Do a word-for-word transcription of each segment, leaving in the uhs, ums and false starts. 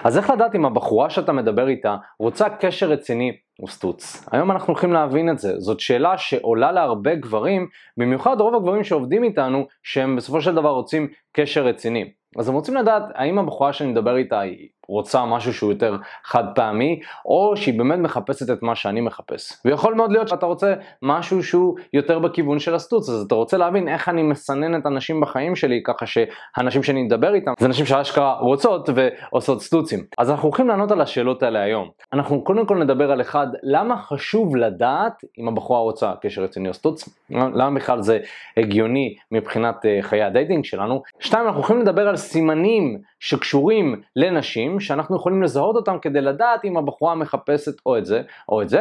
אז איך לדעת אם הבחורה שאתה מדבר איתה רוצה קשר רציני או סטוץ? היום אנחנו הולכים להבין את זה. זאת שאלה שעולה להרבה גברים, במיוחד רוב הגברים שעובדים איתנו, שהם בסופו של דבר רוצים קשר רציני. אז הם רוצים לדעת האם הבחורה שאני מדבר איתה היא רוצה משהו שהוא יותר חד פעמי, או שהיא באמת מחפשת את מה שאני מחפש. ויכול מאוד להיות שאתה רוצה משהו שהוא יותר בכיוון של הסטוץ, אז אתה רוצה להבין איך אני מסנן את אנשים בחיים שלי, ככה שהאנשים שאני מדבר איתם, זה אנשים שאשכרה רוצות ועושות סטוצים. אז אנחנו הולכים לענות על השאלות האלה היום. אנחנו קודם כל נדבר על אחד, למה חשוב לדעת אם הבחורה רוצה קשר רציני או סטוץ? למה בכלל זה הגיוני מבחינת חיי הדייטינג שלנו? שתיים, אנחנו הולכים לדבר על סימנים שקשורים לנשים, שאנחנו יכולים לזהות אותם כדי לדעת אם הבחורה מחפשת או את זה או את זה.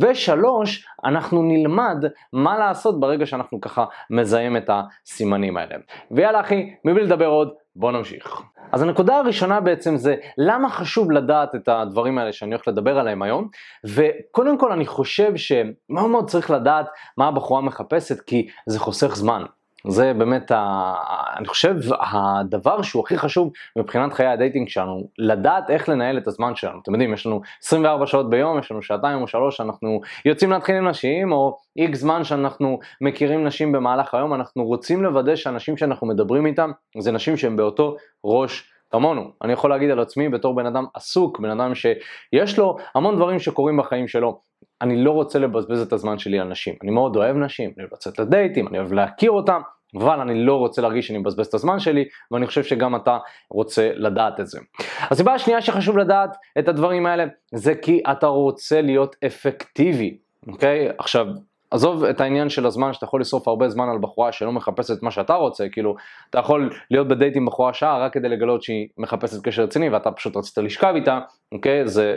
ושלוש, אנחנו נלמד מה לעשות ברגע שאנחנו ככה מזהים את הסימנים האלה. ויאללה אחי, מבלי לדבר עוד, בוא נמשיך. אז הנקודה הראשונה בעצם זה למה חשוב לדעת את הדברים האלה שאני הולך לדבר עליהם היום. וקודם כל אני חושב שמאוד מאוד צריך לדעת מה הבחורה מחפשת, כי זה חוסך זמן. זה באמת, ה... אני חושב, הדבר שהוא הכי חשוב מבחינת חיי הדייטינג שלנו, לדעת איך לנהל את הזמן שלנו. אתם יודעים, יש לנו עשרים וארבע שעות ביום, יש לנו שעתיים או שלוש, אנחנו יוצאים להתחיל עם נשים, או איקס זמן שאנחנו מכירים נשים במהלך היום, אנחנו רוצים לוודא שאנשים שאנחנו מדברים איתם, זה נשים שהם באותו ראש כמונו. אני יכול להגיד על עצמי, בתור בן אדם עסוק, בן אדם שיש לו המון דברים שקורים בחיים שלו, אני לא רוצה לבזבז את הזמן שלי על נשים. אני מאוד אוהב נשים, אני אוהב לצאת לדייטים, אני אוהב להכיר אותם, אבל אני לא רוצה להרגיש שאני מבזבז את הזמן שלי, ואני חושב שגם אתה רוצה לדעת את זה. הסיבה השנייה שחשוב לדעת את הדברים האלה, זה כי אתה רוצה להיות אפקטיבי, אוקיי? עכשיו, עזוב את העניין של הזמן, שאתה יכול לשרוף הרבה זמן על בחורה שלא מחפשת את מה שאתה רוצה, כאילו, אתה יכול להיות בדייט עם בחורה שעה רק כדי לגלות שהיא מחפשת קשר רציני, ואתה פשוט רצית לשכב איתה, אוקיי? זה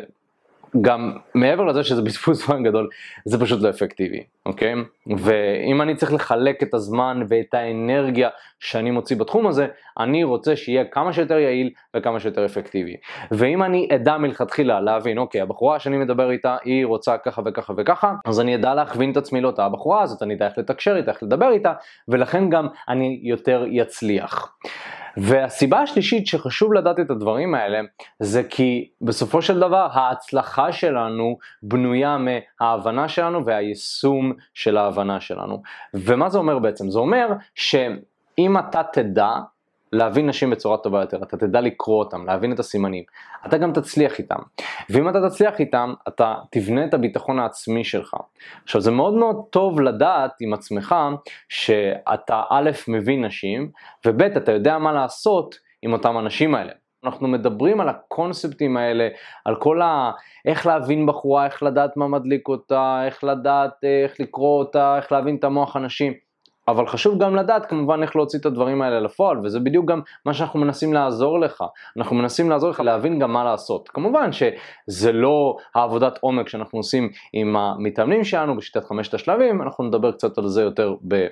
גם מעבר לזה שזה בזבוז זמן גדול, זה פשוט לא אפקטיבי, אוקיי? ואם אני צריך לחלק את הזמן ואת האנרגיה שאני מוציא בתחום הזה, אני רוצה שיהיה כמה שיותר יעיל וכמה שיותר אפקטיבי. ואם אני אדע מלכתחילה להבין, אוקיי, הבחורה שאני מדבר איתה, היא רוצה ככה וככה וככה, אז אני אדע להכווין את עצמי לאותה הבחורה הזאת, אני אדע איך לתקשר איתה, איך לדבר איתה, ולכן גם אני יותר יצליח. והסיבה השלישית שחשוב לדעת את הדברים האלה, זה כי בסופו של דבר ההצלחה שלנו בנויה מההבנה שלנו והיישום של ההבנה שלנו. ומה זה אומר בעצם? זה אומר שאם אתה תדע להבין נשים בצורה טובה יותר, אתה תדע לקרוא אותם, להבין את הסימנים, אתה גם תצליח איתם. ואם אתה תצליח איתם, אתה תבנה את הביטחון העצמי שלך. עכשיו, זה מאוד מאוד טוב לדעת עם עצמך שאתה א' מבין נשים, וב' אתה יודע מה לעשות עם אותם אנשים האלה. אנחנו מדברים על הקונספטים האלה, על כל ה... איך להבין בחורה, איך לדעת מה מדליק אותה, איך לדעת, איך לקרוא אותה, איך להבין את המוח אנשים. אבל חשוב גם לדעת כמובן איך להוציא את הדברים האלה לפועל, וזה בדיוק גם מה שאנחנו מנסים לעזור לך. אנחנו מנסים לעזור לך להבין גם מה לעשות. כמובן שזה לא העבודת עומק שאנחנו עושים עם המתאמנים שלנו בשיטת חמשת השלבים, אנחנו נדבר קצת על זה יותר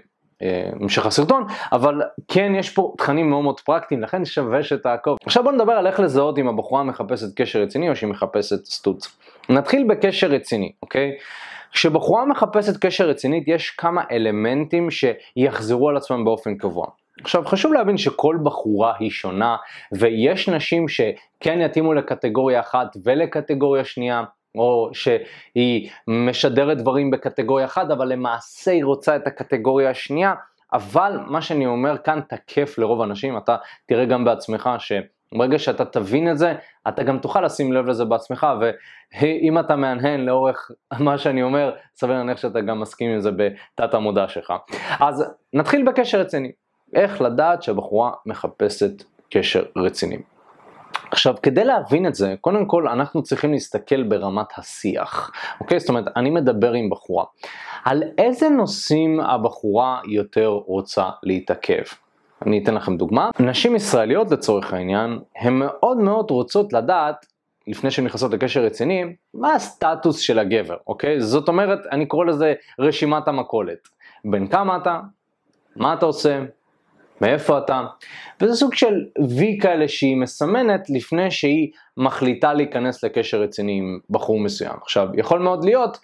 בהמשך הסרטון, אבל כן יש פה תכנים מאוד מאוד פרקטיים, לכן שווה שתעקוב. עכשיו בוא נדבר על איך לזהות אם הבחורה מחפשת קשר רציני או שהיא מחפשת סטוץ. נתחיל בקשר רציני, אוקיי? כשבחורה מחפשת קשר רצינית, יש כמה אלמנטים שיחזרו על עצמם באופן קבוע. עכשיו, חשוב להבין שכל בחורה היא שונה, ויש נשים שכן יתאימו לקטגוריה אחת ולקטגוריה שנייה, או שהיא משדרת דברים בקטגוריה אחת, אבל למעשה היא רוצה את הקטגוריה השנייה, אבל מה שאני אומר כאן תקף לרוב האנשים, אתה תראה גם בעצמך ש... ברגע שאתה תבין את זה, אתה גם תוכל לשים לב לזה בעצמך, ואם אתה מהנהן לאורך מה שאני אומר, סביר להניח שאתה גם מסכים עם זה בתת המודע שלך. אז נתחיל בקשר רציני. איך לדעת שהבחורה מחפשת קשר רציני? עכשיו, כדי להבין את זה, קודם כל אנחנו צריכים להסתכל ברמת השיח. אוקיי? זאת אומרת, אני מדבר עם בחורה. על איזה נושאים הבחורה יותר רוצה להתעכב? אני אתן לכם דוגמה. נשים ישראליות לצורך העניין, הן מאוד מאוד רוצות לדעת, לפני שהן נכנסות לקשר רציני, מה הסטטוס של הגבר, אוקיי? זאת אומרת, אני קורא לזה רשימת המכולת. בין כמה אתה, מה אתה עושה, מאיפה אתה, וזה סוג של וי כאלה שהיא מסמנת לפני שהיא מחליטה להיכנס לקשר רציני עם בחור מסוים. עכשיו, יכול מאוד להיות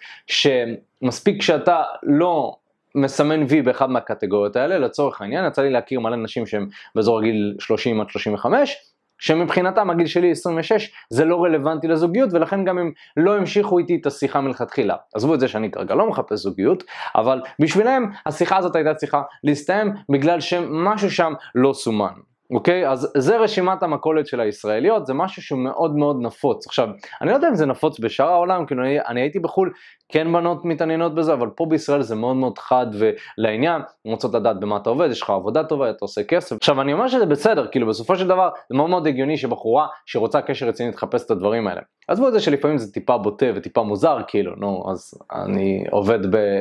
שמספיק שאתה לא מסמן וי באחד מהקטגוריות האלה, לצורך העניין, יצא לי להכיר מלא נשים שהם באזור הגיל שלושים עד שלושים וחמש, שמבחינתם הגיל שלי עשרים ושש זה לא רלוונטי לזוגיות, ולכן גם הם לא המשיכו איתי את השיחה מלכתחילה. עזבו את זה שאני כרגע לא מחפש זוגיות, אבל בשבילם השיחה הזאת הייתה צריכה להסתיים בגלל שמשהו שם לא סומן. אוקיי? אז זה רשימת המכולת של הישראליות, זה משהו שהוא מאוד מאוד נפוץ. עכשיו, אני לא יודע אם זה נפוץ בשאר העולם, כאילו אני, אני הייתי בחול, כן בנות מתעניינות בזה, אבל פה בישראל זה מאוד מאוד חד ולעניין, רוצות לדעת במה אתה עובד, יש לך עבודה טובה, אתה עושה כסף. עכשיו, אני אומר שזה בסדר, כאילו בסופו של דבר, זה מאוד מאוד הגיוני שבחורה שרוצה קשר רציני תחפש את הדברים האלה. אז בואו את זה שלפעמים זה טיפה בוטה וטיפה מוזר, כאילו, נו, אז אני עובד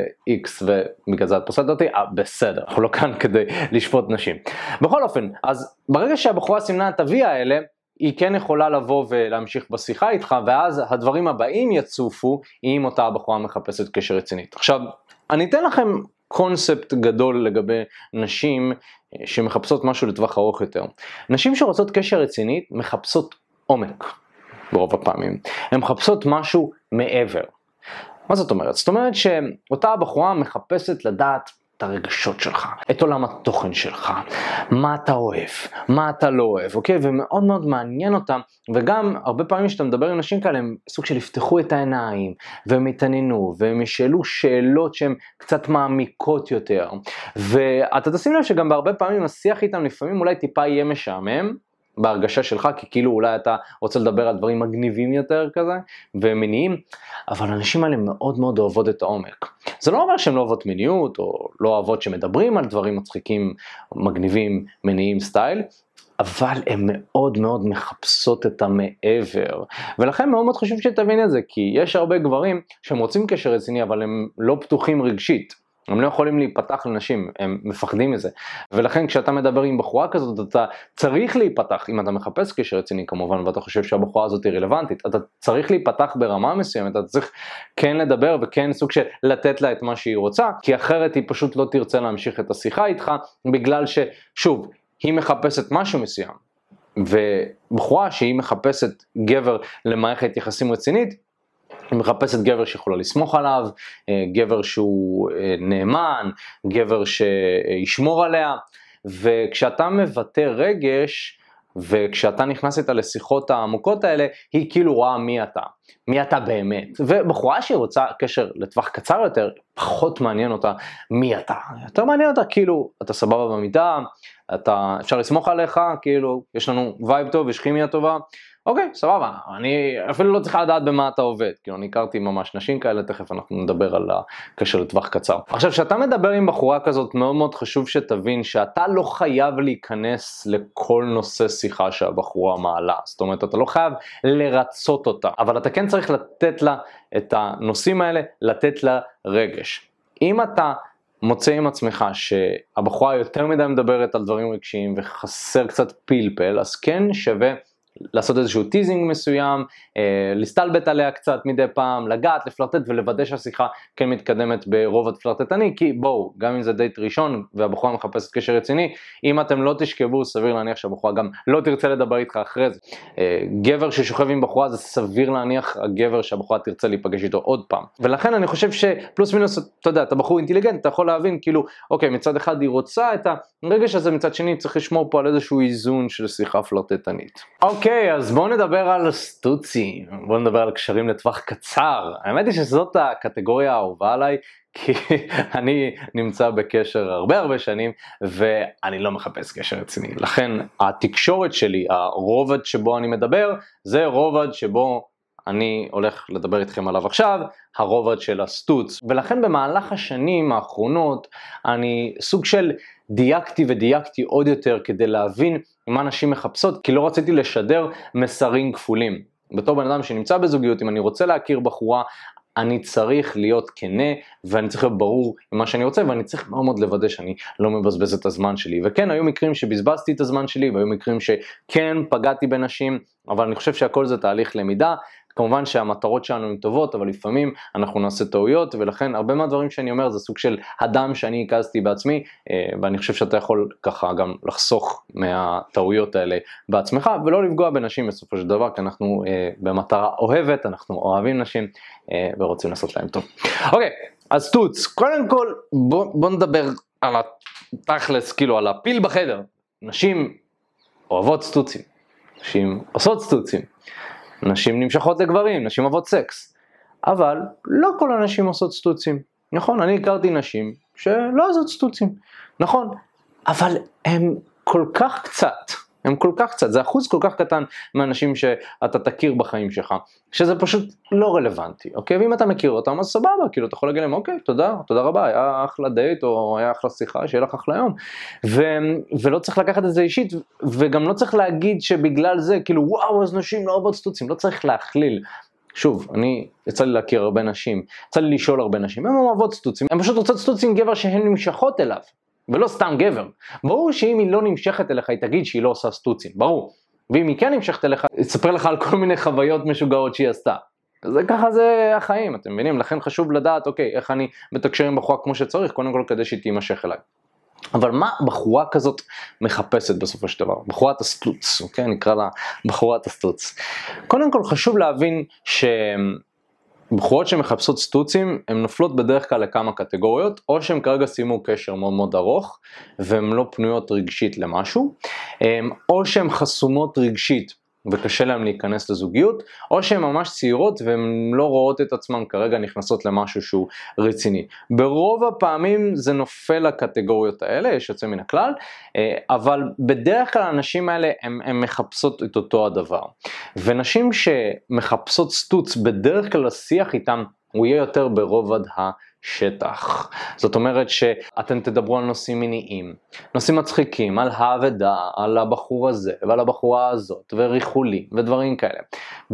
ב-X ובגלל זה את פוסלת אותי, אה, בסדר, אנחנו לא כאן כדי לשפוט נשים. בכל אופן, אז ברגע שהבחורה סימנה את ה-V האלה, היא כן יכולה לבוא ולהמשיך בשיחה איתך, ואז הדברים הבאים יצופו אם אותה הבחורה מחפשת קשר רצינית. עכשיו, אני אתן לכם קונספט גדול לגבי נשים שמחפשות משהו לטווח ארוך יותר. נשים שרוצות קשר רצינית מחפשות עומק, ברוב הפעמים. הן מחפשות משהו מעבר. מה זאת אומרת? זאת אומרת שאותה הבחורה מחפשת לדעת את הרגשות שלך, את עולם התוכן שלך, מה אתה אוהב, מה אתה לא אוהב, אוקיי? ומאוד מאוד מעניין אותם, וגם הרבה פעמים שאתה מדבר עם נשים כאלה, הם סוג של יפתחו את העיניים, והם יתעניינו, והם ישאלו שאלות שהן קצת מעמיקות יותר, ואתה תשים לב שגם בהרבה פעמים השיח איתם לפעמים אולי טיפה יהיה משעמם, בהרגשה שלך, כי כאילו אולי אתה רוצה לדבר על דברים מגניבים יותר כזה, ומניעים, אבל האנשים האלה מאוד מאוד אוהבות את העומק. זה לא אומר שהן לא אוהבות מיניות, או לא אוהבות שמדברים על דברים מצחיקים, מגניבים, מניעים סטייל, אבל הן מאוד מאוד מחפשות את המעבר, ולכן מאוד מאוד חשוב שתבין את זה, כי יש הרבה גברים שהם רוצים קשר רציני, אבל הם לא פתוחים רגשית. הם לא יכולים להיפתח לנשים, הם מפחדים מזה. ולכן כשאתה מדבר עם בחורה כזאת, אתה צריך להיפתח, אם אתה מחפש קשר רציני כמובן, ואתה חושב שהבחורה הזאת היא רלוונטית, אתה צריך להיפתח ברמה מסוימת, אתה צריך כן לדבר וכן סוג של לתת לה את מה שהיא רוצה, כי אחרת היא פשוט לא תרצה להמשיך את השיחה איתך, בגלל ששוב, היא מחפשת משהו מסוים. ובחורה שהיא מחפשת גבר למערכת יחסים רצינית, היא מחפשת גבר שיכולה לסמוך עליו, גבר שהוא נאמן, גבר שישמור עליה, וכשאתה מבטא רגש, וכשאתה נכנס איתה לשיחות העמוקות האלה, היא כאילו רואה מי אתה, מי אתה באמת. ובחורה שהיא רוצה קשר לטווח קצר יותר, פחות מעניין אותה מי אתה. יותר מעניין אותה כאילו, אתה סבבה במידה, אתה, אפשר לסמוך עליך, כאילו, יש לנו וייב טוב, יש כימיה טובה, אוקיי, סבבה, אני אפילו לא צריכה לדעת במה אתה עובד, כאילו אני הכרתי ממש נשים כאלה, תכף אנחנו נדבר על הקשר לטווח קצר. עכשיו, כשאתה מדבר עם בחורה כזאת, מאוד מאוד חשוב שתבין שאתה לא חייב להיכנס לכל נושא שיחה שהבחורה מעלה, זאת אומרת, אתה לא חייב לרצות אותה, אבל אתה כן צריך לתת לה את הנושאים האלה, לתת לה רגש. אם אתה מוצא עם עצמך שהבחורה יותר מדי מדברת על דברים רגשיים וחסר קצת פלפל, אז כן שווה לעשות איזשהו טיזינג מסוים, אה, להסתלבט עליה קצת מדי פעם, לגעת, לפלרטט ולוודא שהשיחה כן מתקדמת ברובד פלרטטני, כי בואו, גם אם זה דייט ראשון והבחורה מחפשת קשר רציני, אם אתם לא תשכבו, סביר להניח שהבחורה גם לא תרצה לדבר איתך אחרי זה. אה, גבר ששוכב עם בחורה זה סביר להניח הגבר שהבחורה תרצה להיפגש איתו עוד פעם. ולכן אני חושב שפלוס מינוס, אתה יודע, אתה בחור אינטליגנט, אתה יכול להבין כאילו, אוקיי, מצד אחד היא רוצה את הרגש הזה, מצד שני צריך לשמור פה על איזשהו איזון של שיחה פלרטטנית. אוקיי, אז בואו נדבר על סטוצי, בואו נדבר על קשרים לטווח קצר. האמת היא שזאת הקטגוריה האהובה עליי, כי אני נמצא בקשר הרבה הרבה שנים, ואני לא מחפש קשר רציני. לכן התקשורת שלי, הרובד שבו אני מדבר, זה רובד שבו אני הולך לדבר איתכם עליו עכשיו, הרובד של הסטוץ. ולכן במהלך השנים האחרונות, אני סוג של דייקתי ודייקתי עוד יותר כדי להבין מה נשים מחפשות, כי לא רציתי לשדר מסרים כפולים. בתור בן אדם שנמצא בזוגיות, אם אני רוצה להכיר בחורה, אני צריך להיות כנה, ואני צריך להיות ברור עם מה שאני רוצה, ואני צריך מאוד מאוד לוודא שאני לא מבזבז את הזמן שלי. וכן, היו מקרים שבזבזתי את הזמן שלי, והיו מקרים שכן פגעתי בנשים, אבל אני חושב שהכל זה תהליך למידה. כמובן שהמטרות שלנו הן טובות, אבל לפעמים אנחנו נעשה טעויות, ולכן הרבה מהדברים שאני אומר זה סוג של הדם שאני הקזתי בעצמי, ואני חושב שאתה יכול ככה גם לחסוך מהטעויות האלה בעצמך, ולא לפגוע בנשים בסופו של דבר, כי אנחנו במטרה אוהבת, אנחנו אוהבים נשים, ורוצים לעשות להם טוב. אוקיי, אז סטוץ, קודם כל בוא, בוא נדבר על התכלס, כאילו על הפיל בחדר. נשים אוהבות סטוצים. נשים עושות סטוצים, נשים נמשכות לגברים, נשים אוהבות סקס, אבל לא כל הנשים עושות סטוצים, נכון? אני הכרתי נשים שלא עושות סטוצים, נכון? אבל הם כל כך קצת, הם כל כך קצת, זה אחוז כל כך קטן מהאנשים שאתה תכיר בחיים שלך, שזה פשוט לא רלוונטי, אוקיי? ואם אתה מכיר אותם, אז סבבה, כאילו אתה יכול להגיד להם, אוקיי, תודה, תודה רבה, היה אחלה דייט, או היה אחלה שיחה, שיהיה לך אחלה יום, ו, ולא צריך לקחת את זה אישית, וגם לא צריך להגיד שבגלל זה, כאילו, וואו, אז נשים לא אוהבות סטוצים, לא צריך להכליל. שוב, אני, יצא לי להכיר הרבה נשים, יצא לי לשאול הרבה נשים, הם אוהבות סטוצים, הם פשוט רוצות סטוצים גבר שהן נמשכות אליו. ולא סתם גבר. ברור שאם היא לא נמשכת אליך, היא תגיד שהיא לא עושה סטוצים, ברור. ואם היא כן נמשכת אליך, היא תספר לך על כל מיני חוויות משוגעות שהיא עשתה. זה ככה זה החיים, אתם מבינים? לכן חשוב לדעת, אוקיי, איך אני מתקשר עם בחורה כמו שצריך, קודם כל כדי שהיא תימשך אליי. אבל מה בחורה כזאת מחפשת בסופו של דבר? בחורת הסטוץ, אוקיי? נקרא לה בחורת הסטוץ. קודם כל חשוב להבין ש... בחורות שמחפשות סטוצים, הן נופלות בדרך כלל לכמה קטגוריות, או שהן כרגע סיימו קשר מאוד מאוד ארוך, והן לא פנויות רגשית למשהו, או שהן חסומות רגשית, וקשה להן להיכנס לזוגיות, או שהן ממש צעירות, והן לא רואות את עצמן כרגע נכנסות למשהו שהוא רציני. ברוב הפעמים זה נופל לקטגוריות האלה, יש יוצא מן הכלל, אבל בדרך כלל הנשים האלה הן מחפשות את אותו הדבר. ונשים שמחפשות סטוץ, בדרך כלל השיח איתם, הוא יהיה יותר ברובד השטח. זאת אומרת שאתם תדברו על נושאים מיניים, נושאים מצחיקים, על האבדה, על הבחור הזה ועל הבחורה הזאת, וריחולים ודברים כאלה.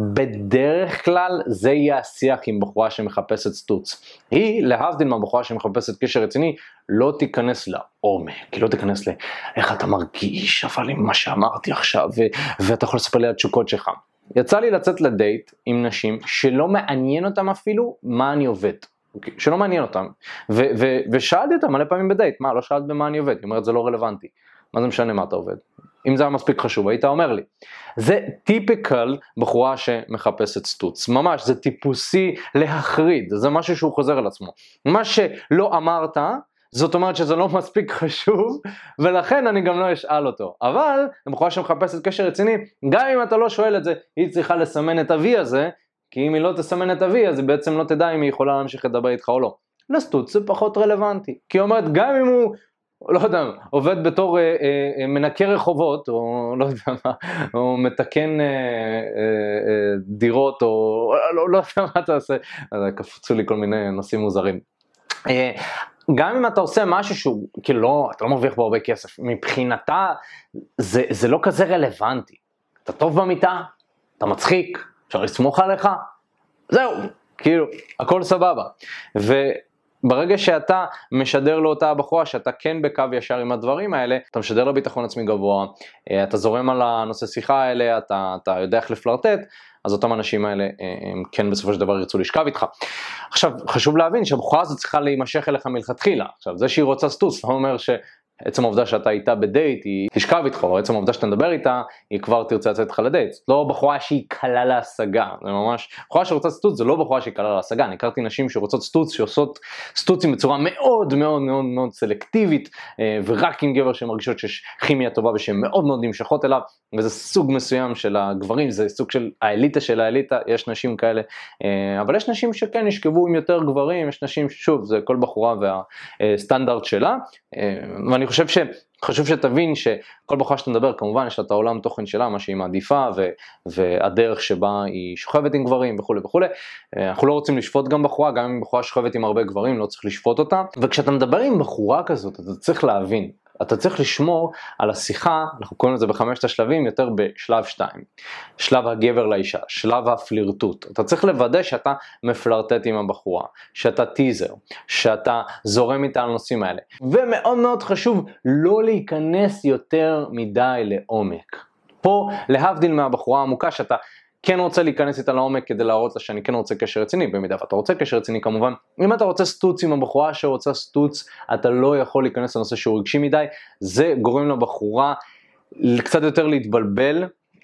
בדרך כלל זה יהיה השיח עם בחורה שמחפשת סטוץ. היא, להבדיל מהבחורה שמחפשת קשר רציני, לא תיכנס לעומק, היא לא תיכנס לאיך אתה מרגיש, אבל עם מה שאמרתי עכשיו, ו- ואתה יכול לספר לי על תשוקות שלך. יצא לי לצאת לדייט עם נשים שלא מעניין אותם אפילו מה אני עובד, שלא מעניין אותם, ו- ו- ושאלתי אותם מלא פעמים בדייט, מה, לא שאלת במה אני עובד, היא אומרת זה לא רלוונטי, מה זה משנה מה אתה עובד, אם זה היה מספיק חשוב, היית אומר לי. זה טיפיקל בחורה שמחפשת סטוץ, ממש, זה טיפוסי להחריד, זה משהו שהוא חוזר על עצמו, מה שלא אמרת, זאת אומרת שזה לא מספיק חשוב, ולכן אני גם לא אשאל אותו. אבל, בחורה שמחפשת קשר רציני, גם אם אתה לא שואל את זה, היא צריכה לסמן את ה-V הזה, כי אם היא לא תסמן את ה-V, אז היא בעצם לא תדע אם היא יכולה להמשיך לדבר איתך או לא. לסטוץ זה פחות רלוונטי, כי היא אומרת, גם אם הוא, לא יודע, עובד בתור אה, אה, מנקה רחובות, או לא יודע מה, או מתקן אה, אה, אה, דירות, או לא, לא יודע מה אתה עושה, אז קפצו לי כל מיני נושאים מוזרים. אה, גם אם אתה עושה משהו שהוא, כאילו לא, אתה לא מרוויח בו הרבה כסף, מבחינתה זה, זה לא כזה רלוונטי. אתה טוב במיטה, אתה מצחיק, אפשר לסמוך עליך, זהו, כאילו, הכל סבבה. וברגע שאתה משדר לאותה הבחורה, שאתה כן בקו ישר עם הדברים האלה, אתה משדר לה ביטחון עצמי גבוה, אתה זורם על הנושא שיחה האלה, אתה, אתה יודע איך לפלרטט, אז אותם אנשים האלה הם כן בסופו של דבר ירצו לשכב איתך. עכשיו, חשוב להבין שהבחורה הזאת צריכה להימשך אליך מלכתחילה. עכשיו, זה שהיא רוצה סטוץ, לא אומר שעצם העובדה שאתה איתה בדייט, היא תשכב איתך, או עצם העובדה שאתה מדבר איתה, היא כבר תרצה לצאת איתך לדייט. לא בחורה שהיא קלה להשגה, זה ממש, בחורה שרוצה סטוץ זה לא בחורה שהיא קלה להשגה. אני הכרתי נשים שרוצות סטוץ, שעושות סטוצים בצורה מאוד מאוד מאוד מאוד סלקטיבית, ורק עם גבר שמרגישות שיש כימיה טובה ושהן מאוד מאוד נמשכות אליו, וזה סוג מסוים של הגברים, זה סוג של האליטה של האליטה, יש נשים כאלה, אבל יש נשים שכן ישכבו עם יותר גברים, יש נשים ששוב, זה כל בחורה והסטנדרט שלה, ואני חושב ש... חשוב שתבין שכל בחורה שאתה מדבר, כמובן יש לה את העולם תוכן שלה, מה שהיא מעדיפה, ו- והדרך שבה היא שוכבת עם גברים וכו' וכו'. אנחנו לא רוצים לשפוט גם בחורה, גם אם בחורה שוכבת עם הרבה גברים, לא צריך לשפוט אותה. וכשאתה מדבר עם בחורה כזאת, אתה צריך להבין, אתה צריך לשמור על השיחה, אנחנו קוראים לזה בחמשת השלבים, יותר בשלב שתיים. שלב הגבר לאישה, שלב הפלירטוט. אתה צריך לוודא שאתה מפלרטט עם הבחורה, שאתה טיזר, שאתה זורם איתה על הנושאים האלה. ומאוד מאוד חשוב לא להיכנס יותר מדי לעומק. פה להבדיל מהבחורה העמוקה שאתה כן רוצה להיכנס איתה לעומק כדי להראות לה שאני כן רוצה קשר רציני, במידה ואתה רוצה קשר רציני כמובן. אם אתה רוצה סטוץ עם הבחורה שרוצה סטוץ, אתה לא יכול להיכנס לנושא שהוא רגשי מדי, זה גורם לבחורה קצת יותר להתבלבל,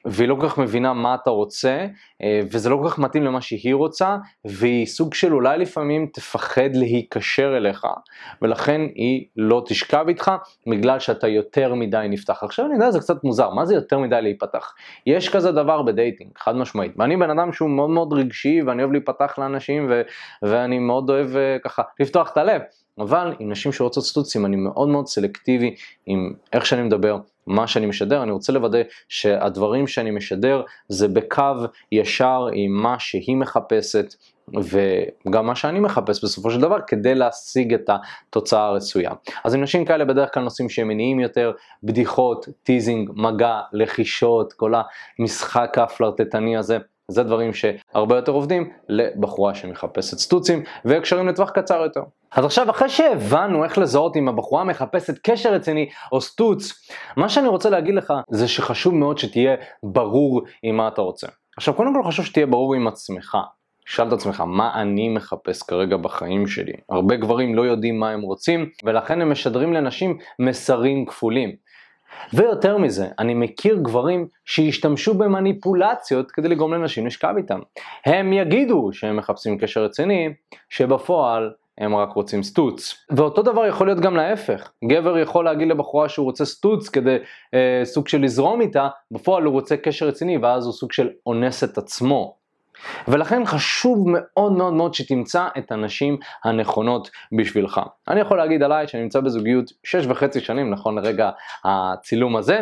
והיא לא כל כך מבינה מה אתה רוצה, וזה לא כל כך מתאים למה שהיא רוצה, והיא סוג של אולי לפעמים תפחד להיקשר אליך, ולכן היא לא תשכב איתך, בגלל שאתה יותר מדי נפתח. עכשיו אני יודע, זה קצת מוזר, מה זה יותר מדי להיפתח? יש כזה דבר בדייטינג, חד משמעית, ואני בן אדם שהוא מאוד מאוד רגשי, ואני אוהב להיפתח לאנשים, ו- ואני מאוד אוהב ככה לפתוח את הלב, אבל עם נשים שרוצות סטוצים, אני מאוד מאוד סלקטיבי עם איך שאני מדבר, מה שאני משדר. אני רוצה לוודא שהדברים שאני משדר זה בקו ישר עם מה שהיא מחפשת, וגם מה שאני מחפש בסופו של דבר, כדי להשיג את התוצאה הרצויה. אז עם נשים כאלה בדרך כלל נושאים שהם מניעים יותר, בדיחות, טיזינג, מגע, לחישות, כל המשחק הפלרטטני הזה, זה דברים שהרבה יותר עובדים לבחורה שמחפשת סטוצים, והקשרים לטווח קצר יותר. אז עכשיו, אחרי שהבנו איך לזהות אם הבחורה מחפשת קשר רציני או סטוץ, מה שאני רוצה להגיד לך זה שחשוב מאוד שתהיה ברור עם מה אתה רוצה. עכשיו, קודם כל חשוב שתהיה ברור עם עצמך. שאל את עצמך, מה אני מחפש כרגע בחיים שלי? הרבה גברים לא יודעים מה הם רוצים, ולכן הם משדרים לנשים מסרים כפולים. ויותר מזה, אני מכיר גברים שהשתמשו במניפולציות כדי לגרום לנשים לשכב איתם. הם יגידו שהם מחפשים קשר רציני, שבפועל הם רק רוצים סטוץ. ואותו דבר יכול להיות גם להפך. גבר יכול להגיד לבחורה שהוא רוצה סטוץ כדי אה, סוג של לזרום איתה, בפועל הוא רוצה קשר רציני, ואז הוא סוג של אונס את עצמו. ולכן חשוב מאוד מאוד מאוד שתמצא את הנשים הנכונות בשבילך. אני יכול להגיד עליי שאני נמצא בזוגיות שש וחצי שנים, נכון לרגע הצילום הזה,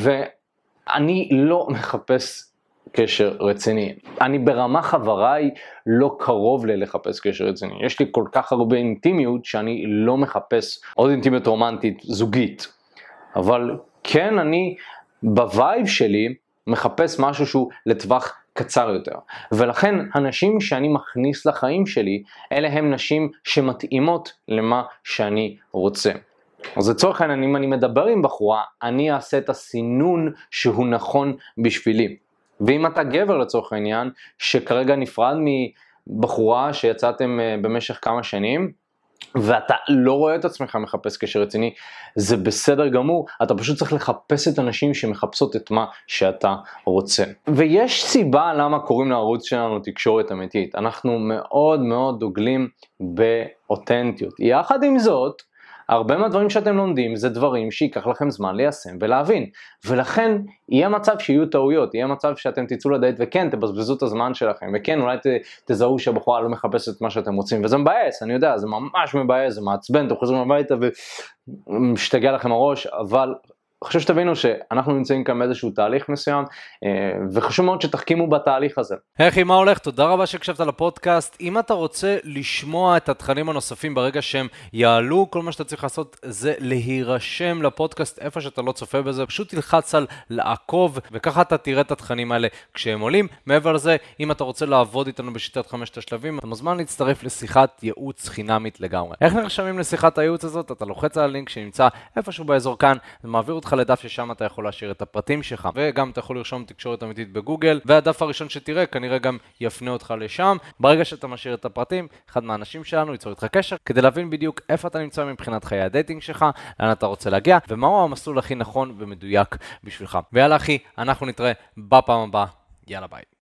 ואני לא מחפש קשר רציני. אני ברמה חבריי לא קרוב ללחפש קשר רציני. יש לי כל כך הרבה אינטימיות שאני לא מחפש עוד אינטימיות רומנטית זוגית. אבל כן, אני בווייב שלי מחפש משהו שהוא לטווח קצר יותר. ולכן הנשים שאני מכניס לחיים שלי, אלה הם נשים שמתאימות למה שאני רוצה. אז לצורך העניין, אם אני מדבר עם בחורה, אני אעשה את הסינון שהוא נכון בשבילי. ואם אתה גבר לצורך העניין, שכרגע נפרד מבחורה שיצאתם במשך כמה שנים, ואתה לא רואה את עצמך מחפש קשר רציני, זה בסדר גמור, אתה פשוט צריך לחפש את הנשים שמחפשות את מה שאתה רוצה. ויש סיבה למה קוראים לערוץ שלנו תקשורת אמיתית. אנחנו מאוד מאוד דוגלים באותנטיות. יחד עם זאת, הרבה מהדברים שאתם לומדים זה דברים שיקח לכם זמן ליישם ולהבין. ולכן יהיה מצב שיהיו טעויות, יהיה מצב שאתם תצאו לדייט וכן תבזבזו את הזמן שלכם, וכן אולי תזהו שהבחורה לא מחפשת את מה שאתם רוצים, וזה מבאס, אני יודע, זה ממש מבאס, זה מעצבן, אתם חוזרים הביתה ומשתגע לכם הראש, אבל חשוב שתבינו שאנחנו נמצאים כאן באיזשהו תהליך מסוים, וחשוב מאוד שתחכימו בתהליך הזה. היי, מה הולך? תודה רבה שהקשבת לפודקאסט. אם אתה רוצה לשמוע את התכנים הנוספים ברגע שהם יעלו, כל מה שאתה צריך לעשות זה להירשם לפודקאסט איפה שאתה לא צופה בזה, פשוט תלחץ על לעקוב, וככה אתה תראה את התכנים האלה כשהם עולים. מעבר לזה, אם אתה רוצה לעבוד איתנו בשיטת חמשת השלבים, אתה מוזמן להצטרף לשיחת ייעוץ חינמית לגמרי. איך נרשמים לשיחת הייעוץ הזאת? אתה לוחץ על הלינק שנמצא איפשהו באזור כאן, זה מעביר אותך לדף ששם אתה יכול להשאיר את הפרטים שלך, וגם אתה יכול לרשום תקשורת אמיתית בגוגל, והדף הראשון שתראה כנראה גם יפנה אותך לשם. ברגע שאתה משאיר את הפרטים, אחד מהאנשים שלנו ייצור איתך קשר, כדי להבין בדיוק איפה אתה נמצא מבחינת חיי הדייטינג שלך, לאן אתה רוצה להגיע, ומהו המסלול הכי נכון ומדויק בשבילך. ויאללה אחי, אנחנו נתראה בפעם הבאה. יאללה ביי.